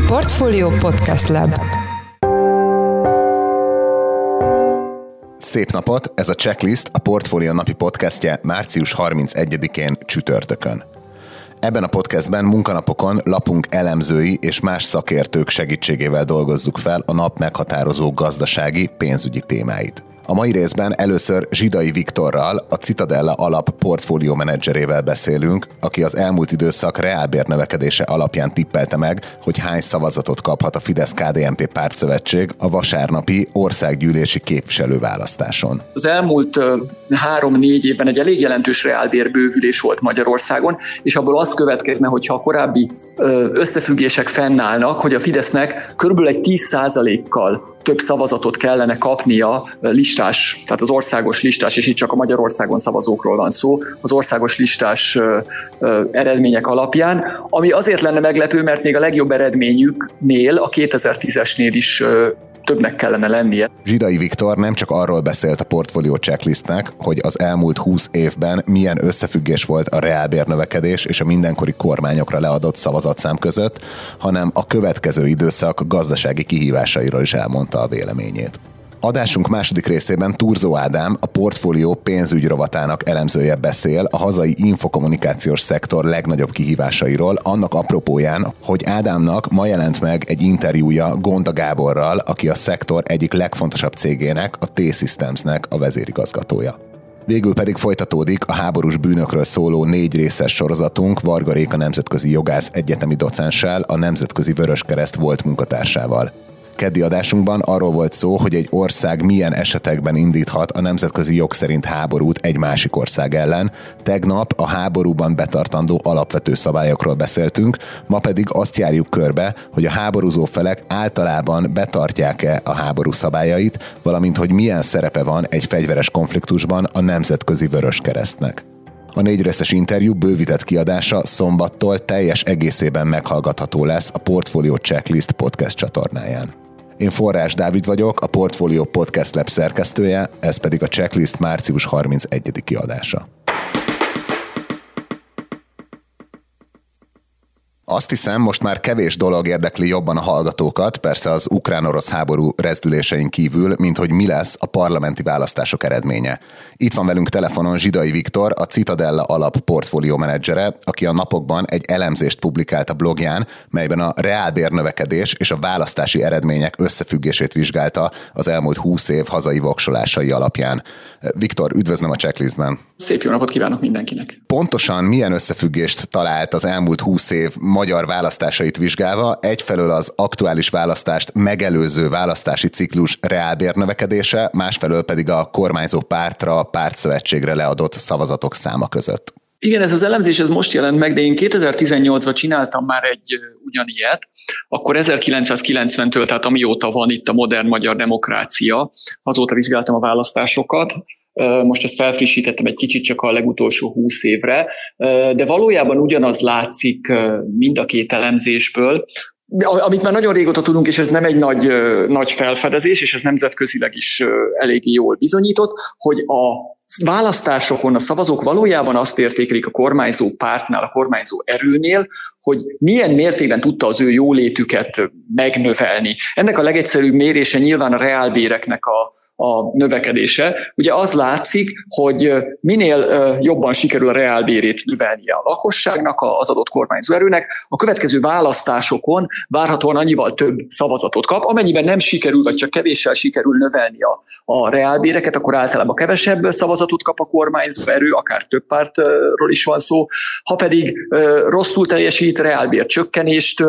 Portfolio Podcast Lab. Szép napot! Ez a Checklist, a Portfolio napi podcastje március 31-én csütörtökön. Ebben a podcastben munkanapokon lapunk elemzői és más szakértők segítségével dolgozzuk fel a nap meghatározó gazdasági, pénzügyi témáit. A mai részben először Zsidai Viktorral, a Citadella alap portfólió menedzserével beszélünk, aki az elmúlt időszak reálbérnövekedése alapján tippelte meg, hogy hány szavazatot kaphat a Fidesz-KDNP pártszövetség a vasárnapi országgyűlési képviselőválasztáson. Az elmúlt 3-4 évben egy elég jelentős reálbérbővülés volt Magyarországon, és abból az következne, hogyha a korábbi összefüggések fennállnak, hogy a Fidesznek körülbelül egy 10%-kal több szavazatot kellene kapnia listás, tehát az országos listás, és itt csak a Magyarországon szavazókról van szó, az országos listás eredmények alapján, ami azért lenne meglepő, mert még a legjobb eredményüknél, a 2010-esnél is többnek kellene lennie. Zsidai Viktor nem csak arról beszélt a Portfolio Checklistnek, hogy az elmúlt 20 évben milyen összefüggés volt a reálbérnövekedés és a mindenkori kormányokra leadott szavazatszám között, hanem a következő időszak gazdasági kihívásairól is elmondta a véleményét. Adásunk második részében Thurzó Ádám, a Portfolio pénzügy rovatának elemzője beszél a hazai infokommunikációs szektor legnagyobb kihívásairól, annak apropóján, hogy Ádámnak ma jelent meg egy interjúja Gonda Gáborral, aki a szektor egyik legfontosabb cégének, a T-Systemsnek a vezérigazgatója. Végül pedig folytatódik a háborús bűnökről szóló 4 részes sorozatunk Varga Réka nemzetközi jogász egyetemi docenssel, a Nemzetközi Vöröskereszt volt munkatársával. Keddi adásunkban arról volt szó, hogy egy ország milyen esetekben indíthat a nemzetközi jog szerint háborút egy másik ország ellen. Tegnap a háborúban betartandó alapvető szabályokról beszéltünk, ma pedig azt járjuk körbe, hogy a háborúzó felek általában betartják-e a háború szabályait, valamint hogy milyen szerepe van egy fegyveres konfliktusban a Nemzetközi Vöröskeresztnek. A 4 részes interjú bővített kiadása szombattól teljes egészében meghallgatható lesz a Portfolio Checklist podcast csatornáján. Én Forrás Dávid vagyok, a Portfolio Podcast Lab szerkesztője, ez pedig a Checklist március 31. adása. Azt hiszem, most már kevés dolog érdekli jobban a hallgatókat, persze az ukrán-orosz háború rezdülésein kívül, mint hogy mi lesz a parlamenti választások eredménye. Itt van velünk telefonon Zsidai Viktor, a Citadella alap portfólió menedzsere, aki a napokban egy elemzést publikált a blogján, melyben a reálbérnövekedés és a választási eredmények összefüggését vizsgálta az elmúlt 20 év hazai voksolásai alapján. Viktor, üdvözlöm a Checklistben! Szép jó napot kívánok mindenkinek! Pontosan milyen összefüggést talált az elmúlt 20 év magyar választásait vizsgálva, egyfelől az aktuális választást megelőző választási ciklus reálbérnövekedése, másfelől pedig a kormányzó pártra, pártszövetségre leadott szavazatok száma között? Igen, ez az elemzés ez most jelent meg, de én 2018-ban csináltam már egy ugyanilyet, akkor 1990-től, tehát amióta van itt a modern magyar demokrácia, azóta vizsgáltam a választásokat. Most ezt felfrissítettem egy kicsit csak a legutolsó 20 évre, de valójában ugyanaz látszik mind a két elemzésből, amit már nagyon régóta tudunk, és ez nem egy nagy felfedezés, és ez nemzetközileg is eléggé jól bizonyított, hogy a választásokon a szavazók valójában azt értékelik a kormányzó pártnál, a kormányzó erőnél, hogy milyen mértékben tudta az ő jólétüket megnövelni. Ennek a legegyszerűbb mérése nyilván a reálbéreknek a növekedése. Ugye az látszik, hogy minél jobban sikerül a reálbérét növelnie a lakosságnak, az adott kormányzó erőnek, a következő választásokon várhatóan annyival több szavazatot kap. Amennyiben nem sikerül, vagy csak kevéssel sikerül növelni a reálbéreket, akkor általában kevesebb szavazatot kap a kormányzó erő, akár több pártról is van szó. Ha pedig rosszul teljesít, reálbér csökkenést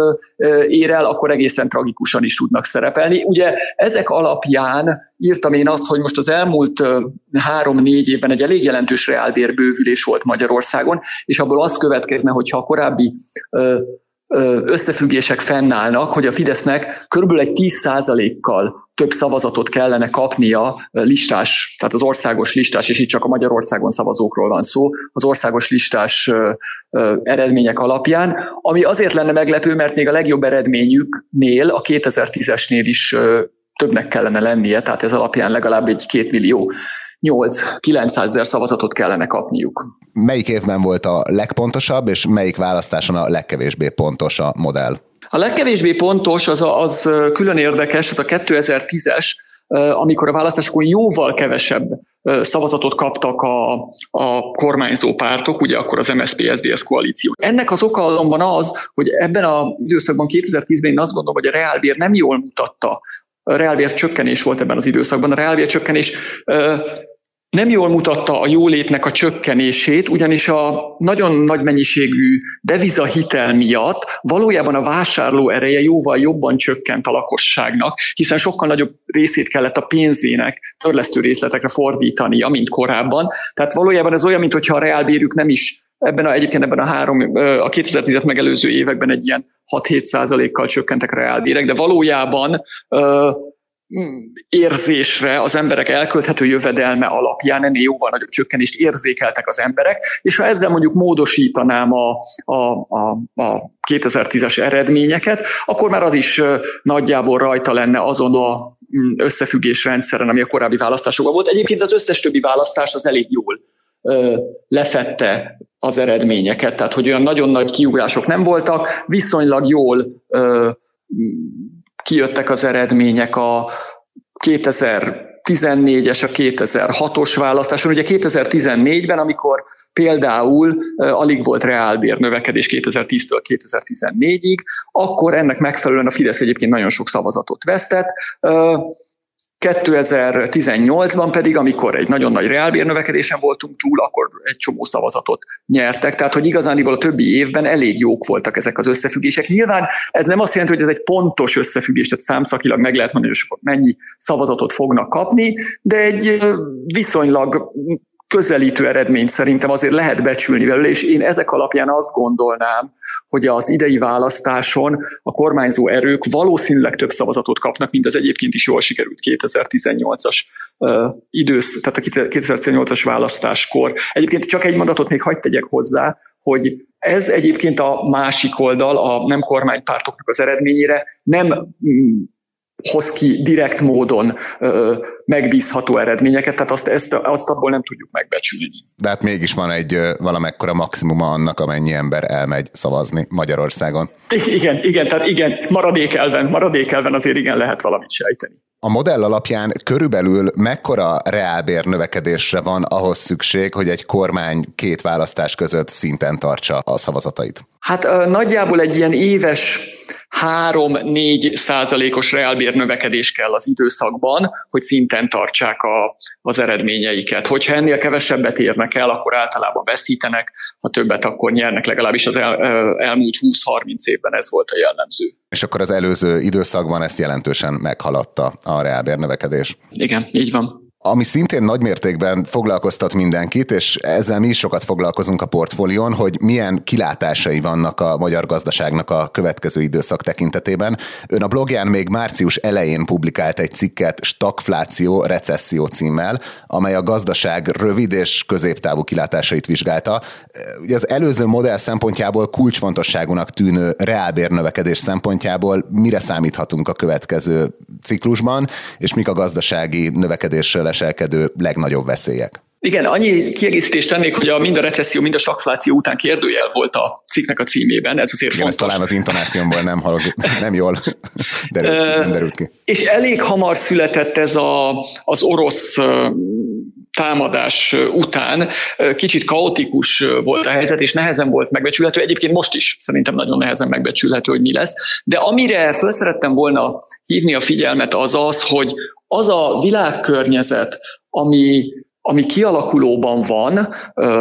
ér el, akkor egészen tragikusan is tudnak szerepelni. Ugye ezek alapján írtam én azt, hogy most az elmúlt 3-4 évben egy elég jelentős reálbérbővülés volt Magyarországon, és abból az következne, hogyha a korábbi összefüggések fennállnak, hogy a Fidesznek körülbelül egy 10%-kal több szavazatot kellene kapnia listás, tehát az országos listás, és itt csak a Magyarországon szavazókról van szó, az országos listás eredmények alapján, ami azért lenne meglepő, mert még a legjobb eredményüknél, a 2010-esnél is többnek kellene lennie, tehát ez alapján legalább egy 2.900.000 szavazatot kellene kapniuk. Melyik évben volt a legpontosabb, és melyik választáson a legkevésbé pontos a modell? A legkevésbé pontos, az külön érdekes, az a 2010-es, amikor a választásokon jóval kevesebb szavazatot kaptak a kormányzó pártok, ugye akkor az MSZP-SZDSZ koalíció. Ennek az oka azonban az, hogy ebben az időszakban, 2010-ben én azt gondolom, hogy a reálbér nem jól mutatta. A reálbér csökkenés volt ebben az időszakban. A reálbér csökkenés nem jól mutatta a jólétnek a csökkenését, ugyanis a nagyon nagy mennyiségű devizahitel miatt valójában a vásárló ereje jóval jobban csökkent a lakosságnak, hiszen sokkal nagyobb részét kellett a pénzének törlesztő részletekre fordítania, mint korábban. Tehát valójában ez olyan, mintha a reálbérük nem is egyébként ebben a 2010-et megelőző években egy ilyen 6-7%-kal csökkentek a reálbérek, de valójában érzésre az emberek elkölthető jövedelme alapján ennél jóval nagyobb csökkenést érzékeltek az emberek, és ha ezzel mondjuk módosítanám a 2010-es eredményeket, akkor már az is nagyjából rajta lenne azon a összefüggésrendszeren, ami a korábbi választásokban volt. Egyébként az összes többi választás az elég jól lefette az eredményeket, tehát hogy olyan nagyon nagy kiugrások nem voltak, viszonylag jól kijöttek az eredmények a 2014-es, a 2006-os választáson. Ugye 2014-ben, amikor például alig volt reálbér növekedés 2010-től 2014-ig, akkor ennek megfelelően a Fidesz egyébként nagyon sok szavazatot vesztett. 2018-ban pedig, amikor egy nagyon nagy reálbérnövekedésen voltunk túl, akkor egy csomó szavazatot nyertek. Tehát, hogy igazániból a többi évben elég jók voltak ezek az összefüggések. Nyilván ez nem azt jelenti, hogy ez egy pontos összefüggés, tehát számszakilag meg lehet mondani, hogy mennyi szavazatot fognak kapni, de egy viszonylag közelítő eredményt szerintem azért lehet becsülni belőle, és én ezek alapján azt gondolnám, hogy az idei választáson a kormányzó erők valószínűleg több szavazatot kapnak, mint az egyébként is jól sikerült 2018-as tehát a 2018-as választáskor. Egyébként csak egy mondatot még hadd tegyek hozzá, hogy ez egyébként a másik oldal, a nem kormánypártoknak az eredményére nem hoz ki direkt módon megbízható eredményeket, tehát azt abból nem tudjuk megbecsülni. De hát mégis van egy valamekkora maximuma annak, amennyi ember elmegy szavazni Magyarországon. Igen, tehát igen, maradékelven azért igen lehet valamit sejteni. A modell alapján körülbelül mekkora reálbér növekedésre van ahhoz szükség, hogy egy kormány két választás között szinten tartsa a szavazatait? Hát nagyjából egy ilyen éves 3-4% reálbér növekedés kell az időszakban, hogy szinten tartsák az eredményeiket. Hogyha ennél kevesebbet érnek el, akkor általában veszítenek, ha többet, akkor nyernek, legalábbis az elmúlt 20-30 évben ez volt a jellemző. És akkor az előző időszakban ezt jelentősen meghaladta a reálbér növekedés. Igen, így van. Ami szintén nagymértékben foglalkoztat mindenkit, és ezzel mi is sokat foglalkozunk a portfólión, hogy milyen kilátásai vannak a magyar gazdaságnak a következő időszak tekintetében. Ön a blogján még március elején publikált egy cikket Stagfláció, recesszió címmel, amely a gazdaság rövid és középtávú kilátásait vizsgálta. Ugye az előző modell szempontjából kulcsfontosságúnak tűnő reálbér növekedés szempontjából mire számíthatunk a következő ciklusban, és mik a gazdasági növekedéssel leselkedő legnagyobb veszélyek? Igen, annyi kiegészítést tennék, hogy mind a recesszió, mind a stagfláció után kérdőjel volt a cikknek a címében, ez azért igen, fontos. Ez talán az intonációmból nem jól derült ki. És elég hamar született ez az orosz támadás után, kicsit kaotikus volt a helyzet, és nehezen volt megbecsülhető. Egyébként most is szerintem nagyon nehezen megbecsülhető, hogy mi lesz. De amire fel szerettem volna hívni a figyelmet az, hogy az a világkörnyezet, ami kialakulóban van,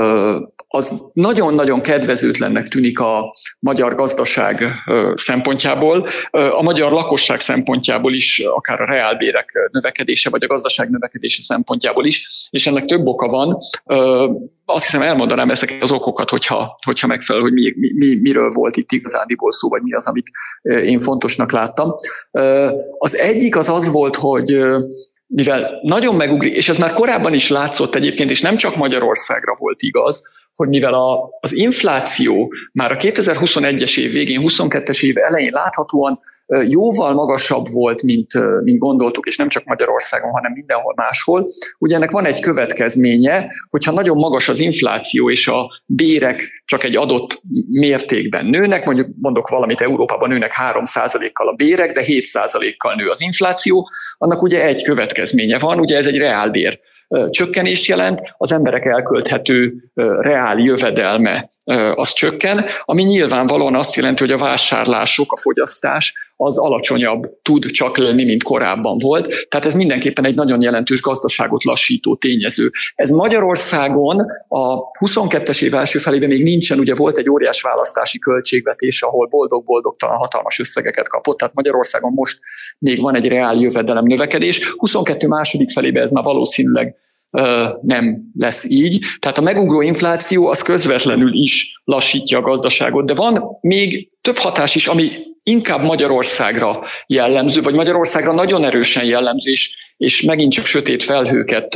az nagyon-nagyon kedvezőtlennek tűnik a magyar gazdaság szempontjából, a magyar lakosság szempontjából is, akár a reálbérek növekedése, vagy a gazdaság növekedése szempontjából is, és ennek több oka van. Azt hiszem elmondanám ezeket az okokat, hogyha megfelel, hogy miről volt itt igazándiból szó, vagy mi az, amit én fontosnak láttam. Az egyik az volt, hogy mivel nagyon megugrik, és ez már korábban is látszott egyébként, és nem csak Magyarországra volt igaz, hogy mivel az infláció már a 2021-es év végén, 22-es év elején láthatóan jóval magasabb volt, mint gondoltuk, és nem csak Magyarországon, hanem mindenhol máshol. Ugye ennek van egy következménye, hogyha nagyon magas az infláció, és a bérek csak egy adott mértékben nőnek, mondok valamit, Európában nőnek 3%-kal a bérek, de 7%-kal nő az infláció, annak ugye egy következménye van, ugye ez egy reálbér csökkenést jelent, az emberek elkölthető reál jövedelme az csökken, ami nyilvánvalóan azt jelenti, hogy a vásárlások, a fogyasztás az alacsonyabb tud csak lenni, mint korábban volt. Tehát ez mindenképpen egy nagyon jelentős gazdaságot lassító tényező. Ez Magyarországon a 22-es év első felében még nincsen, ugye volt egy óriás választási költségvetés, ahol boldog-boldogtalan hatalmas összegeket kapott, tehát Magyarországon most még van egy reál jövedelem növekedés. 22 második felében ez már valószínűleg nem lesz így. Tehát a megugró infláció az közvetlenül is lassítja a gazdaságot, de van még több hatás is, ami inkább Magyarországra jellemző, vagy Magyarországra nagyon erősen jellemző, és megint csak sötét felhőket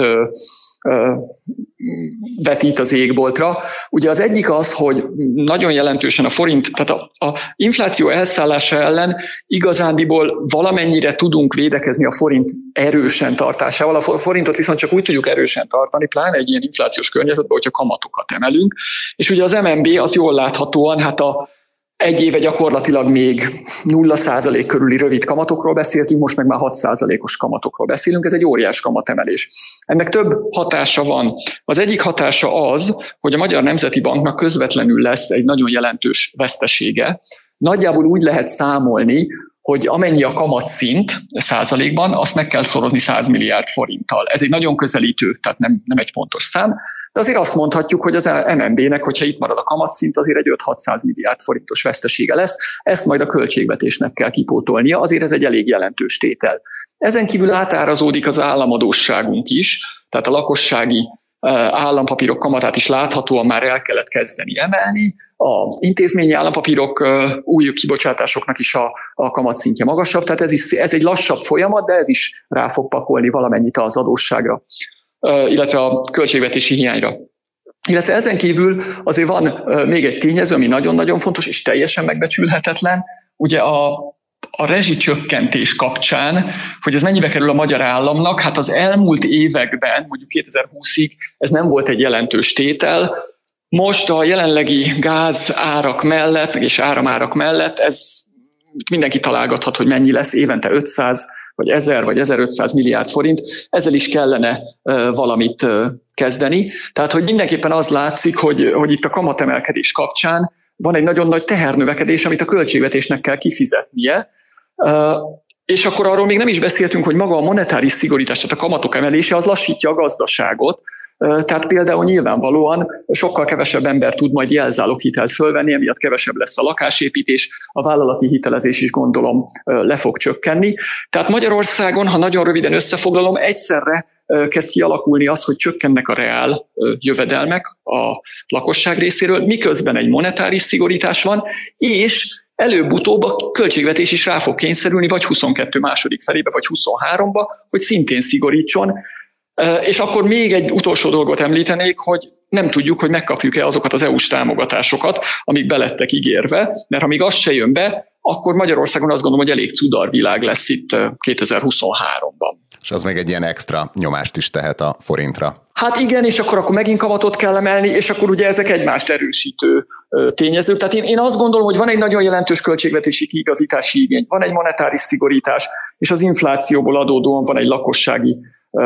vetít az égboltra. Ugye az egyik az, hogy nagyon jelentősen a forint, tehát a infláció elszállása ellen igazándiból valamennyire tudunk védekezni a forint erősen tartásával. A forintot viszont csak úgy tudjuk erősen tartani, pláne egy ilyen inflációs környezetben, hogyha kamatokat emelünk. És ugye az MNB az jól láthatóan, hát egy éve gyakorlatilag még 0% körüli rövid kamatokról beszéltünk, most meg már 6%-os kamatokról beszélünk, ez egy óriás kamatemelés. Ennek több hatása van. Az egyik hatása az, hogy a Magyar Nemzeti Banknak közvetlenül lesz egy nagyon jelentős vesztesége. Nagyjából úgy lehet számolni, hogy amennyi a kamatszint százalékban, azt meg kell szorozni 100 milliárd forinttal. Ez egy nagyon közelítő, tehát nem egy pontos szám, de azért azt mondhatjuk, hogy az MNB-nek, hogyha itt marad a kamatszint, azért egy 5-600 milliárd forintos vesztesége lesz, ezt majd a költségvetésnek kell kipótolnia, azért ez egy elég jelentős tétel. Ezen kívül átárazódik az államadósságunk is, tehát a lakossági állampapírok kamatát is láthatóan már el kellett kezdeni emelni. Az intézményi állampapírok új kibocsátásoknak is a kamatszintje magasabb, tehát ez egy lassabb folyamat, de ez is rá fog pakolni valamennyit az adósságra, illetve a költségvetési hiányra. Illetve ezen kívül azért van még egy tényező, ami nagyon-nagyon fontos és teljesen megbecsülhetetlen, ugye a rezsicsökkentés kapcsán, hogy ez mennyibe kerül a magyar államnak, hát az elmúlt években, mondjuk 2020-ig ez nem volt egy jelentős tétel. Most a jelenlegi gáz árak mellett, és áramárak mellett mindenki találgathat, hogy mennyi lesz évente 500, vagy 1000, vagy 1500 milliárd forint, ezzel is kellene valamit kezdeni. Tehát, hogy mindenképpen az látszik, hogy itt a kamatemelkedés kapcsán van egy nagyon nagy tehernövekedés, amit a költségvetésnek kell kifizetnie, és akkor arról még nem is beszéltünk, hogy maga a monetáris szigorítás, tehát a kamatok emelése az lassítja a gazdaságot, tehát például nyilvánvalóan sokkal kevesebb ember tud majd jelzáloghitelt fölvenni, emiatt kevesebb lesz a lakásépítés, a vállalati hitelezés is gondolom le fog csökkenni. Tehát Magyarországon, ha nagyon röviden összefoglalom, egyszerre kezd kialakulni az, hogy csökkennek a reál jövedelmek a lakosság részéről, miközben egy monetáris szigorítás van, és előbb-utóbb a költségvetés is rá fog kényszerülni, vagy 22 második felébe, vagy 23-ba, hogy szintén szigorítson. És akkor még egy utolsó dolgot említenék, hogy nem tudjuk, hogy megkapjuk-e azokat az EU-s támogatásokat, amik belettek ígérve, mert ha még az se jön be, akkor Magyarországon azt gondolom, hogy elég cudarvilág lesz itt 2023-ban. És az még egy ilyen extra nyomást is tehet a forintra. Hát igen, és akkor megint kamatot kell emelni, és akkor ugye ezek egymást erősítő tényezők. Tehát én azt gondolom, hogy van egy nagyon jelentős költségvetési kiigazítási igény, van egy monetáris szigorítás, és az inflációból adódóan van egy lakossági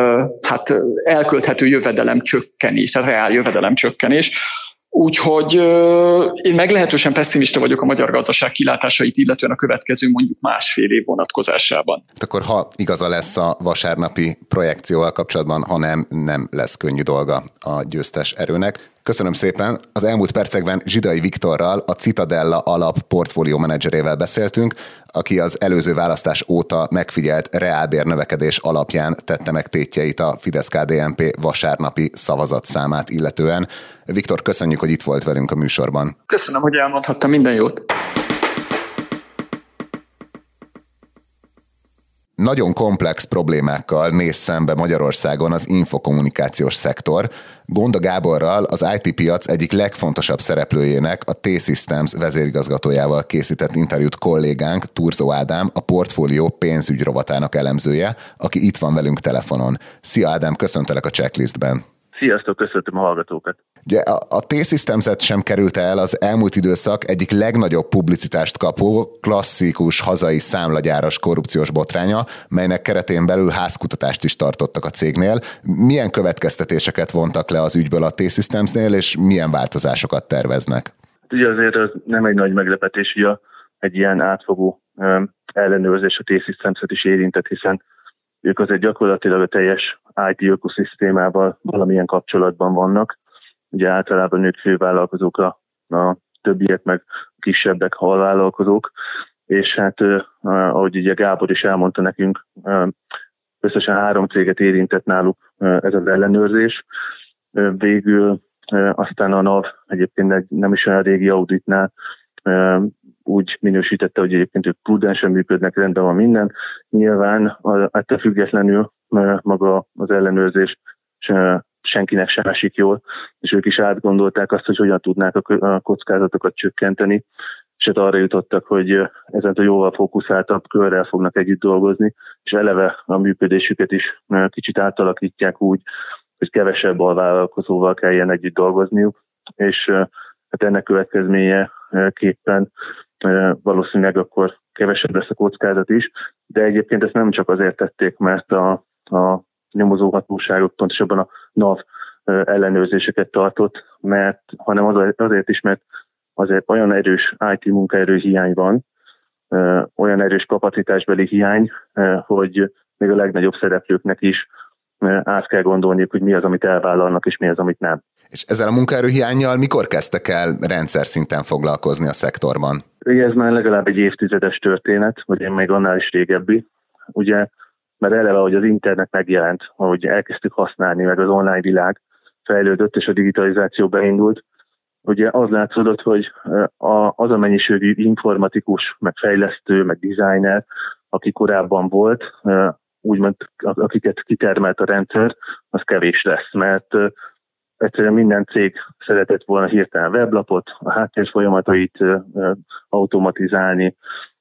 elkölthető jövedelem csökkenés, tehát reál jövedelem csökkenés. Úgyhogy én meglehetősen pesszimista vagyok a magyar gazdaság kilátásait, illetően a következő mondjuk másfél év vonatkozásában. Akkor ha igaza lesz a vasárnapi projekcióval kapcsolatban, ha nem lesz könnyű dolga a győztes erőnek. Köszönöm szépen! Az elmúlt percekben Zsidai Viktorral, a Citadella alap portfólió menedzserével beszéltünk, aki az előző választás óta megfigyelt reálbérnövekedés alapján tette meg tétjeit a Fidesz-KDNP vasárnapi szavazatszámát illetően. Viktor, köszönjük, hogy itt volt velünk a műsorban. Köszönöm, hogy elmondhattam, minden jót! nagyon komplex problémákkal néz szembe Magyarországon az infokommunikációs szektor. Gonda Gáborral, az IT-piac egyik legfontosabb szereplőjének, a T-Systems vezérigazgatójával készített interjút kollégánk, Thurzó Ádám, a Portfolio pénzügy rovatának elemzője, aki itt van velünk telefonon. Szia Ádám, köszöntelek a checklistben. Sziasztok, köszöntöm a hallgatókat. Ugye a T-Systems-et sem került el az elmúlt időszak egyik legnagyobb publicitást kapó, klasszikus hazai számlagyáras korrupciós botránya, melynek keretén belül házkutatást is tartottak a cégnél. Milyen következtetéseket vontak le az ügyből a T-Systemsnél, és milyen változásokat terveznek? Ugye azért az nem egy nagy meglepetés, hogy egy ilyen átfogó ellenőrzés a T-Systems-et is érintett, hiszen ők azért gyakorlatilag a teljes IT ökoszisztémával valamilyen kapcsolatban vannak. Ugye általában ők fővállalkozók, a többiek meg kisebbek alvállalkozók, és hát ahogy ugye Gábor is elmondta nekünk, összesen 3 céget érintett náluk ez az ellenőrzés. Végül aztán a NAV egyébként nem is olyan régi auditnál úgy minősítette, hogy egyébként ők prudensen működnek, rendben van minden. Nyilván ettől függetlenül maga az ellenőrzés senkinek sem esik jól, és ők is átgondolták azt, hogy hogyan tudnák a kockázatokat csökkenteni, és hát arra jutottak, hogy ezentől jóval fókuszáltabb körrel fognak együtt dolgozni, és eleve a működésüket is kicsit átalakítják úgy, hogy kevesebb alvállalkozóval kelljen együtt dolgozniuk, és hát ennek következményeképpen valószínűleg akkor kevesebb lesz a kockázat is, de egyébként ezt nem csak azért tették, mert a nyomozóhatóságok, pontosabban a NAV ellenőrzéseket tartott, hanem azért is, mert azért olyan erős IT munkaerő hiány van, olyan erős kapacitásbeli hiány, hogy még a legnagyobb szereplőknek is át kell gondolniuk, hogy mi az, amit elvállalnak, és mi az, amit nem. És ezzel a munkaerőhiánnyal mikor kezdtek el rendszer szinten foglalkozni a szektorban? Ugye ez már legalább egy évtizedes történet, vagy én még annál is régebbi. Ugye, mert eleve, hogy az internet megjelent, ahogy elkezdtük használni, meg az online világ fejlődött, és a digitalizáció beindult, ugye az látszódott, hogy az a mennyiségű informatikus, meg fejlesztő, meg designer, aki korábban volt, úgymond akiket kitermelt a rendszer, az kevés lesz, mert egyszerűen minden cég szeretett volna hirtelen weblapot, a háttérfolyamatait automatizálni,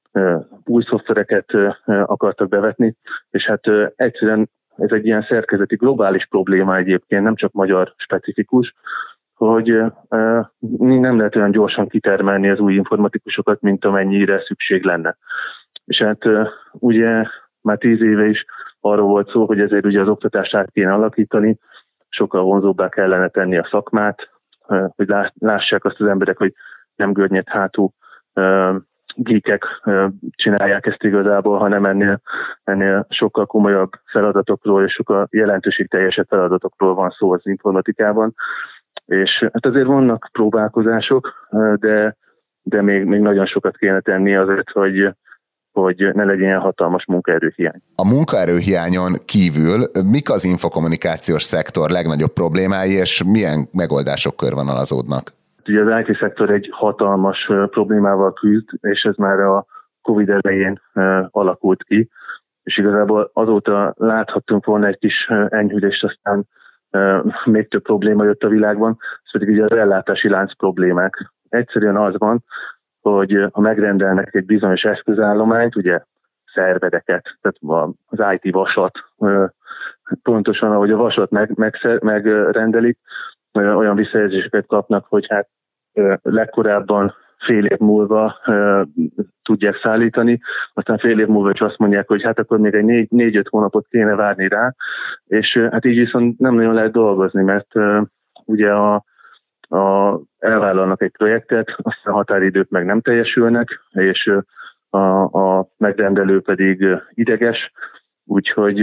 új szoftvereket akartak bevetni, és hát egyszerűen ez egy ilyen szerkezeti globális probléma egyébként, nem csak magyar specifikus, hogy nem lehet olyan gyorsan kitermelni az új informatikusokat, mint amennyire szükség lenne. És hát ugye már 10 éve is arról volt szó, hogy ezért ugye az oktatást át kéne alakítani, sokkal vonzóbbá kellene tenni a szakmát, hogy lássák azt az emberek, hogy nem görnyed hátú geekek csinálják ezt igazából, hanem ennél sokkal komolyabb feladatokról és sokkal jelentőségteljesebb feladatokról van szó az informatikában. És hát azért vannak próbálkozások, de még nagyon sokat kéne tenni azért, hogy ne legyen ilyen hatalmas munkaerőhiány. A munkaerőhiányon kívül mik az infokommunikációs szektor legnagyobb problémái, és milyen megoldások körvonalazódnak? Ugye az IT-szektor egy hatalmas problémával küzd, és ez már a Covid elején alakult ki, és igazából azóta láthattunk volna egy kis enyhülést, aztán még több probléma jött a világban, ez pedig ugye az ellátási lánc problémák. Egyszerűen az van, hogy ha megrendelnek egy bizonyos eszközállományt, ugye szervereket, tehát az IT vasat, pontosan ahogy a vasat megrendelik, olyan visszajelzéseket kapnak, hogy hát legkorábban fél év múlva tudják szállítani, aztán fél év múlva is azt mondják, hogy hát akkor még egy 4-5 hónapot kéne várni rá, és hát így viszont nem nagyon lehet dolgozni, mert ugye elvállalnak egy projektet, aztán a határidők meg nem teljesülnek, és a megrendelő pedig ideges, úgyhogy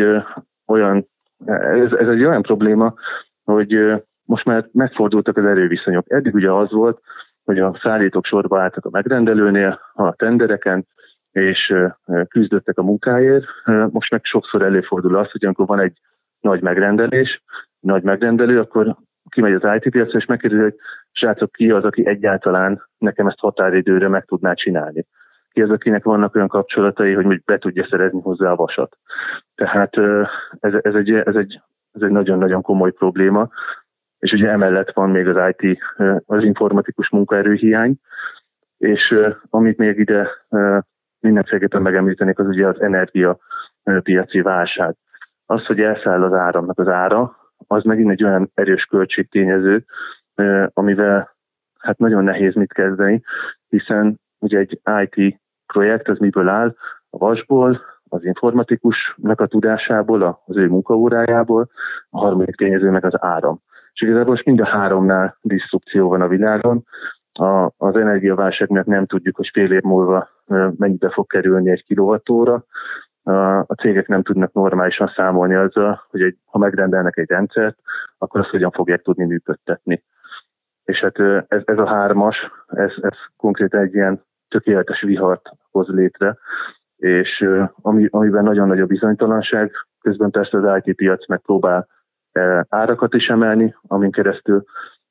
ez egy olyan probléma, hogy most már megfordultak az erőviszonyok. Eddig ugye az volt, hogy a szállítók sorba álltak a megrendelőnél, a tendereken, és küzdöttek a munkáért. Most meg sokszor előfordul az, hogy amikor van egy nagy megrendelő, akkor kimegy az IT-piacra, és megkérdezi, hogy srácok, ki az, aki egyáltalán nekem ezt határidőre meg tudná csinálni. ki az, akinek vannak olyan kapcsolatai, hogy be tudja szerezni hozzá a vasat. Tehát ez egy nagyon-nagyon komoly probléma, és ugye emellett van még az IT, az informatikus munkaerőhiány, és amit még ide mindenféleképpen megemlítenék, az ugye az energiapiaci válság. Az, hogy elszáll az áramnak az ára, az megint egy olyan erős költségtényező, amivel hát nagyon nehéz mit kezdeni, hiszen ugye egy IT projekt az miből áll? A vasból, az informatikusnak a tudásából, az ő munkaórájából, a harmadik tényező meg az áram. És igazából most mind a háromnál diszrupció van a világon. Az energiaválság miatt nem tudjuk, hogy fél év múlva mennyibe fog kerülni egy kilovattóra. A cégek nem tudnak normálisan számolni azzal, hogy ha megrendelnek egy rendszert, akkor azt hogyan fogják tudni működtetni. És hát ez a hármas, ez konkrétan egy ilyen tökéletes vihart hoz létre, és amiben nagyon nagy a bizonytalanság, közben persze az IT piac megpróbál árakat is emelni, amin keresztül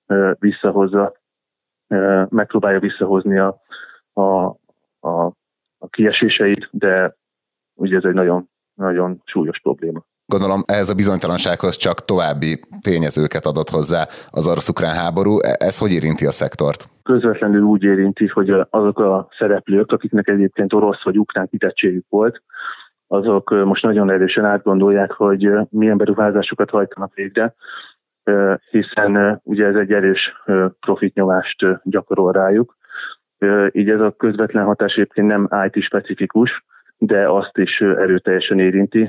megpróbálja visszahozni a kieséseit, de ugye ez egy nagyon, nagyon súlyos probléma. Gondolom ehhez a bizonytalansághoz csak további tényezőket adott hozzá az orosz-ukrán háború. Ez hogy érinti a szektort? Közvetlenül úgy érinti, hogy azok a szereplők, akiknek egyébként orosz vagy ukrán kitettségük volt, azok most nagyon erősen átgondolják, hogy milyen beruházásokat hajtanak végre, hiszen ugye ez egy erős profitnyomást gyakorol rájuk. Így ez a közvetlen hatás egyébként nem IT-specifikus, de azt is erőteljesen érinti.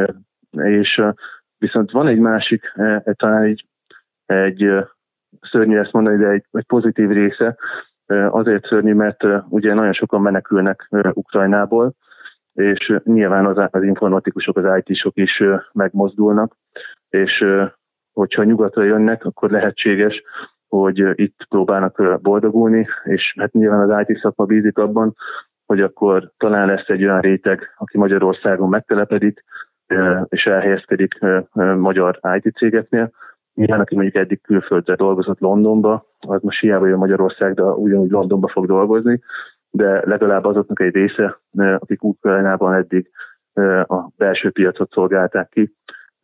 És viszont van egy másik, talán egy szörnyű ezt mondani, de egy pozitív része, azért szörnyű, mert ugye nagyon sokan menekülnek Ukrajnából, és nyilván az informatikusok, az IT-sok is megmozdulnak, és hogyha nyugatra jönnek, akkor lehetséges, hogy itt próbálnak boldogulni, és hát nyilván az IT szakma bízik abban, hogy akkor talán lesz egy olyan réteg, aki Magyarországon megtelepedik, és elhelyezkedik magyar IT cégeknél. Nyilván, aki mondjuk eddig külföldre dolgozott Londonba, az most hiába jön Magyarország, de ugyanúgy Londonba fog dolgozni, de legalább azoknak egy része, akik Ukrajnában eddig a belső piacot szolgálták ki,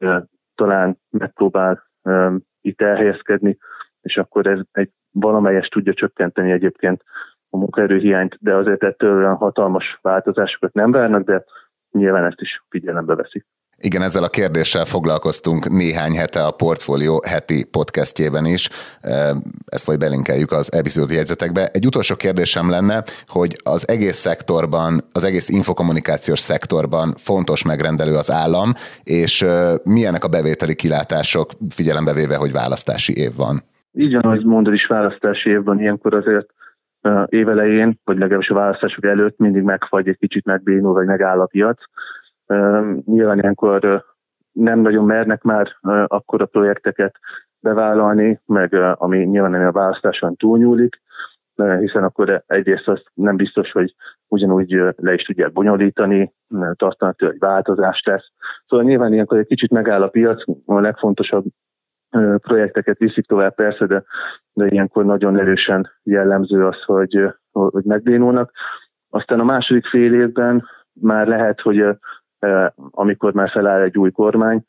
talán megpróbál itt elhelyezkedni, és akkor ez egy valamelyest tudja csökkenteni egyébként a munkaerőhiányt, de azért ettől olyan hatalmas változásokat nem várnak, de nyilván ezt is figyelembe veszik. Igen, ezzel a kérdéssel foglalkoztunk néhány hete a Portfolio heti podcastjében is. Ezt majd belinkeljük az epizód jegyzetekbe. Egy utolsó kérdésem lenne, hogy az egész szektorban, az egész infokommunikációs szektorban fontos megrendelő az állam, és milyenek a bevételi kilátások, figyelembe véve, hogy választási év van? Így van, ahogy mondod is, választási év van, ilyenkor azért évelején, vagy legalábbis a választások előtt mindig megfagy, egy kicsit megbénul, vagy megáll a piac. Nyilván ilyenkor nem nagyon mernek már akkora projekteket bevállalni, meg ami nyilván a választáson túlnyúlik, hiszen akkor egyrészt azt nem biztos, hogy ugyanúgy le is tudják bonyolítani, tartanak tőle, hogy változást lesz. Szóval nyilván ilyenkor egy kicsit megáll a piac, a legfontosabb projekteket viszik tovább persze, de ilyenkor nagyon erősen jellemző az, hogy megbénulnak. Aztán a második fél évben már lehet, hogy amikor már feláll egy új kormány,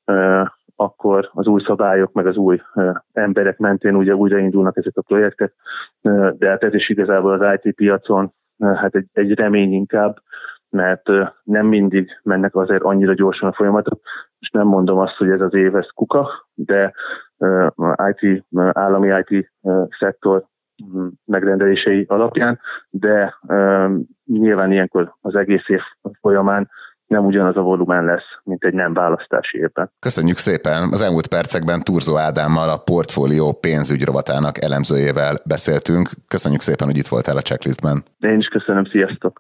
akkor az új szabályok, meg az új emberek mentén ugye újraindulnak ezek a projektek, de hát ez is igazából az IT piacon hát egy remény inkább, mert nem mindig mennek azért annyira gyorsan a folyamatok. Most nem mondom azt, hogy ez az év ez kuka, de állami IT szektor megrendelései alapján, de nyilván ilyenkor az egész év folyamán nem ugyanaz a volumen lesz, mint egy nem választási évben. Köszönjük szépen! Az elmúlt percekben Thurzó Ádámmal, a Portfolio pénzügy rovatának elemzőjével beszéltünk. Köszönjük szépen, hogy itt voltál a checklistben. Én is köszönöm, sziasztok!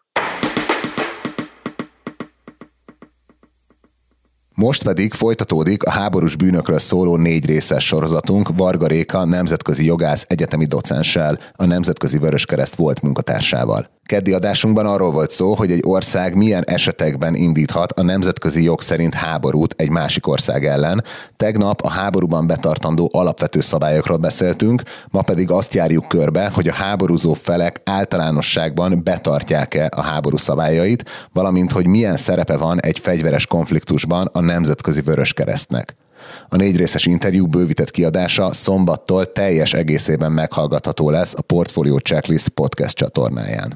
Most pedig folytatódik a háborús bűnökről szóló 4 részes sorozatunk Varga Réka nemzetközi jogász egyetemi docenssel, a Nemzetközi Vöröskereszt volt munkatársával. Keddi adásunkban arról volt szó, hogy egy ország milyen esetekben indíthat a nemzetközi jog szerint háborút egy másik ország ellen. Tegnap a háborúban betartandó alapvető szabályokról beszéltünk, ma pedig azt járjuk körbe, hogy a háborúzó felek általánosságban betartják-e a háború szabályait, valamint hogy milyen szerepe van egy fegyveres konfliktusban a Nemzetközi Vöröskeresztnek. A 4 részes interjú bővített kiadása szombattól teljes egészében meghallgatható lesz a Portfolio Checklist podcast csatornáján.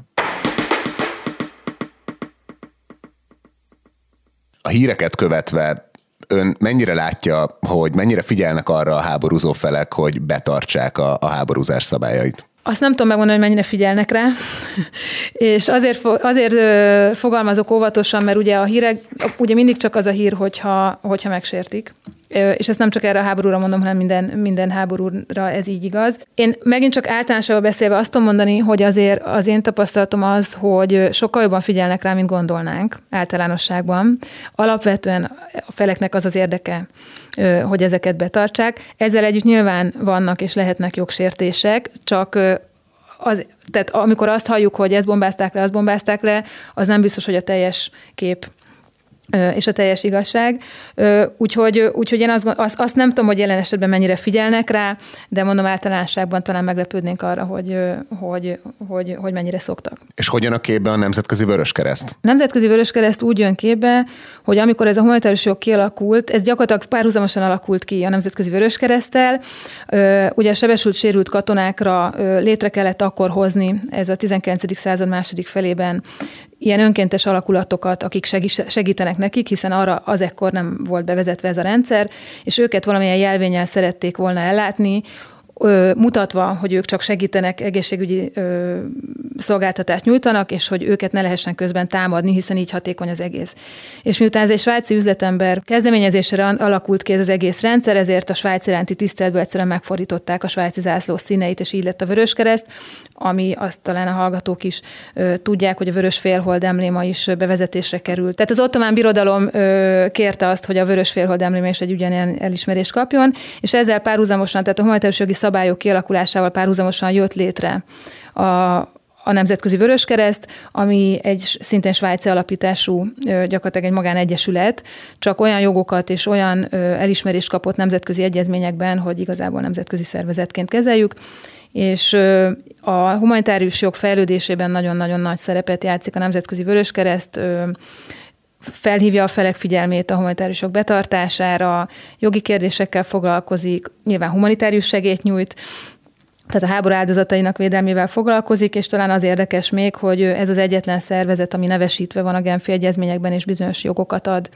A híreket követve ön mennyire látja, hogy mennyire figyelnek arra a háborúzó felek, hogy betartsák a háborúzás szabályait? Azt nem tudom megmondani, hogy mennyire figyelnek rá, és azért fogalmazok óvatosan, mert ugye a hírek, ugye mindig csak az a hír, hogyha megsértik. És ezt nem csak erre a háborúra mondom, hanem minden háborúra ez így igaz. Én megint csak általánosságban beszélve azt tudom mondani, hogy azért az én tapasztalatom az, hogy sokkal jobban figyelnek rá, mint gondolnánk általánosságban. Alapvetően a feleknek az az érdeke, hogy ezeket betartsák. Ezzel együtt nyilván vannak és lehetnek jogsértések, csak tehát amikor azt halljuk, hogy ezt bombázták le, az nem biztos, hogy a teljes kép és a teljes igazság. Úgyhogy én azt nem tudom, hogy jelen esetben mennyire figyelnek rá, de mondom általánosságban talán meglepődnénk arra, hogy mennyire szoktak. És hogy jön a képbe a Nemzetközi Vöröskereszt? A Nemzetközi Vöröskereszt úgy jön képbe, hogy amikor ez a humanitárius jog kialakult, ez gyakorlatilag párhuzamosan alakult ki a Nemzetközi Vöröskereszttel. Ugye a sebesült, sérült katonákra létre kellett akkor hozni, ez a 19. század második felében ilyen önkéntes alakulatokat, akik segítenek nekik, hiszen arra az ekkor nem volt bevezetve ez a rendszer, és őket valamilyen jelvénnyel szerették volna ellátni, mutatva, hogy ők csak segítenek, egészségügyi szolgáltatást nyújtanak, és hogy őket ne lehessen közben támadni, hiszen így hatékony az egész. És miután ez egy svájci üzletember kezdeményezésre alakult ki ez az egész rendszer, ezért a Svájc iránti tiszteletből egyszerűen megfordították a svájci zászló színeit, és így lett a Vöröskereszt, ami azt talán a hallgatók is tudják, hogy a vörös félhold embléma is bevezetésre került. Tehát az ottomán birodalom kérte azt, hogy a vörös félhold embléma is egy ugyanilyen elismerést kapjon, és ezzel párhuzamosan, tehát a humanitárius jogi szabályok kialakulásával párhuzamosan jött létre a Nemzetközi Vöröskereszt, ami egy szintén svájci alapítású, gyakorlatilag egy magánegyesület, csak olyan jogokat és olyan elismerést kapott nemzetközi egyezményekben, hogy igazából nemzetközi szervezetként kezeljük, és a humanitárius jog fejlődésében nagyon-nagyon nagy szerepet játszik a Nemzetközi Vöröskereszt, felhívja a felek figyelmét a humanitárius jog betartására, jogi kérdésekkel foglalkozik, nyilván humanitárius segélyt nyújt, tehát a háború áldozatainak védelmével foglalkozik, és talán az érdekes még, hogy ez az egyetlen szervezet, ami nevesítve van a Genfi egyezményekben, és bizonyos jogokat ad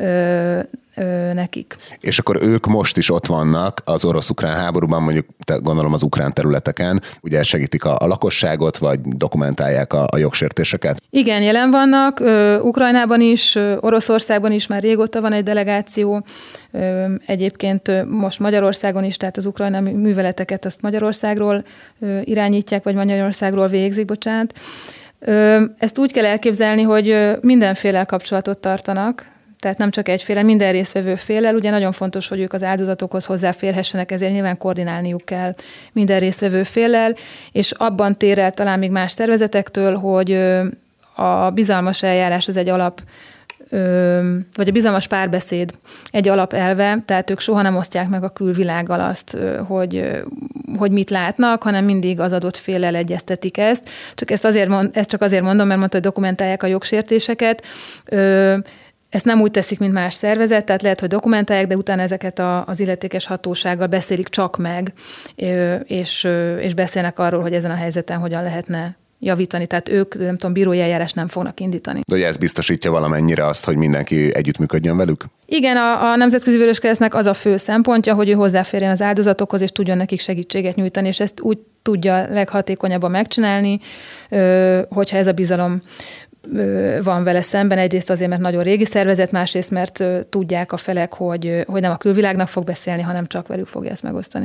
nekik. És akkor ők most is ott vannak az orosz-ukrán háborúban, mondjuk gondolom az ukrán területeken, ugye segítik a lakosságot, vagy dokumentálják a jogsértéseket? Igen, jelen vannak, Ukrajnában is, Oroszországban is már régóta van egy delegáció, egyébként most Magyarországon is, tehát az ukrajnai műveleteket azt Magyarországról irányítják, vagy Magyarországról végzik, bocsánat. Ezt úgy kell elképzelni, hogy mindenféle kapcsolatot tartanak, tehát nem csak egyféle, minden résztvevő féllel. Ugye nagyon fontos, hogy ők az áldozatokhoz hozzáférhessenek, ezért nyilván koordinálniuk kell minden résztvevő féllel, és abban tér el talán még más szervezetektől, hogy a bizalmas eljárás az egy alap, vagy a bizalmas párbeszéd egy alapelve, tehát ők soha nem osztják meg a külvilággal azt, hogy mit látnak, hanem mindig az adott féllel egyeztetik ezt. Ezt csak azért mondom, mert mondta, hogy dokumentálják a jogsértéseket. Ezt nem úgy teszik, mint más szervezet, tehát lehet, hogy dokumentálják, de utána ezeket az illetékes hatósággal beszélik csak meg, és beszélnek arról, hogy ezen a helyzeten hogyan lehetne javítani. Tehát ők, nem tudom, bírói eljárás nem fognak indítani. De ugye ez biztosítja valamennyire azt, hogy mindenki együttműködjön velük? Igen, a Nemzetközi Vöröskeresztnek az a fő szempontja, hogy ő hozzáférjen az áldozatokhoz, és tudjon nekik segítséget nyújtani, és ezt úgy tudja leghatékonyabban megcsinálni, hogyha ez a bizalom van vele szemben. Egyrészt azért, mert nagyon régi szervezet, másrészt, mert tudják a felek, hogy nem a külvilágnak fog beszélni, hanem csak velük fogja ezt megosztani.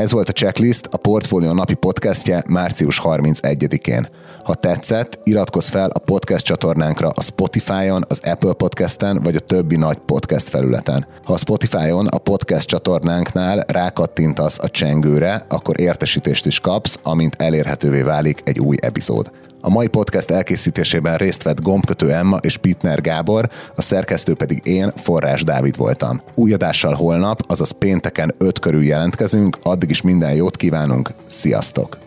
Ez volt a Checklist, a Portfolio napi podcastje március 31-én. Ha tetszett, iratkozz fel a podcast csatornánkra a Spotify-on, az Apple Podcasten vagy a többi nagy podcast felületen. Ha a Spotify-on a podcast csatornánknál rákattintasz a csengőre, akkor értesítést is kapsz, amint elérhetővé válik egy új epizód. A mai podcast elkészítésében részt vett Gombkötő Emma és Pitner Gábor, a szerkesztő pedig én, Forrás Dávid voltam. Új adással holnap, azaz pénteken 5 körül jelentkezünk, addig is minden jót kívánunk, sziasztok!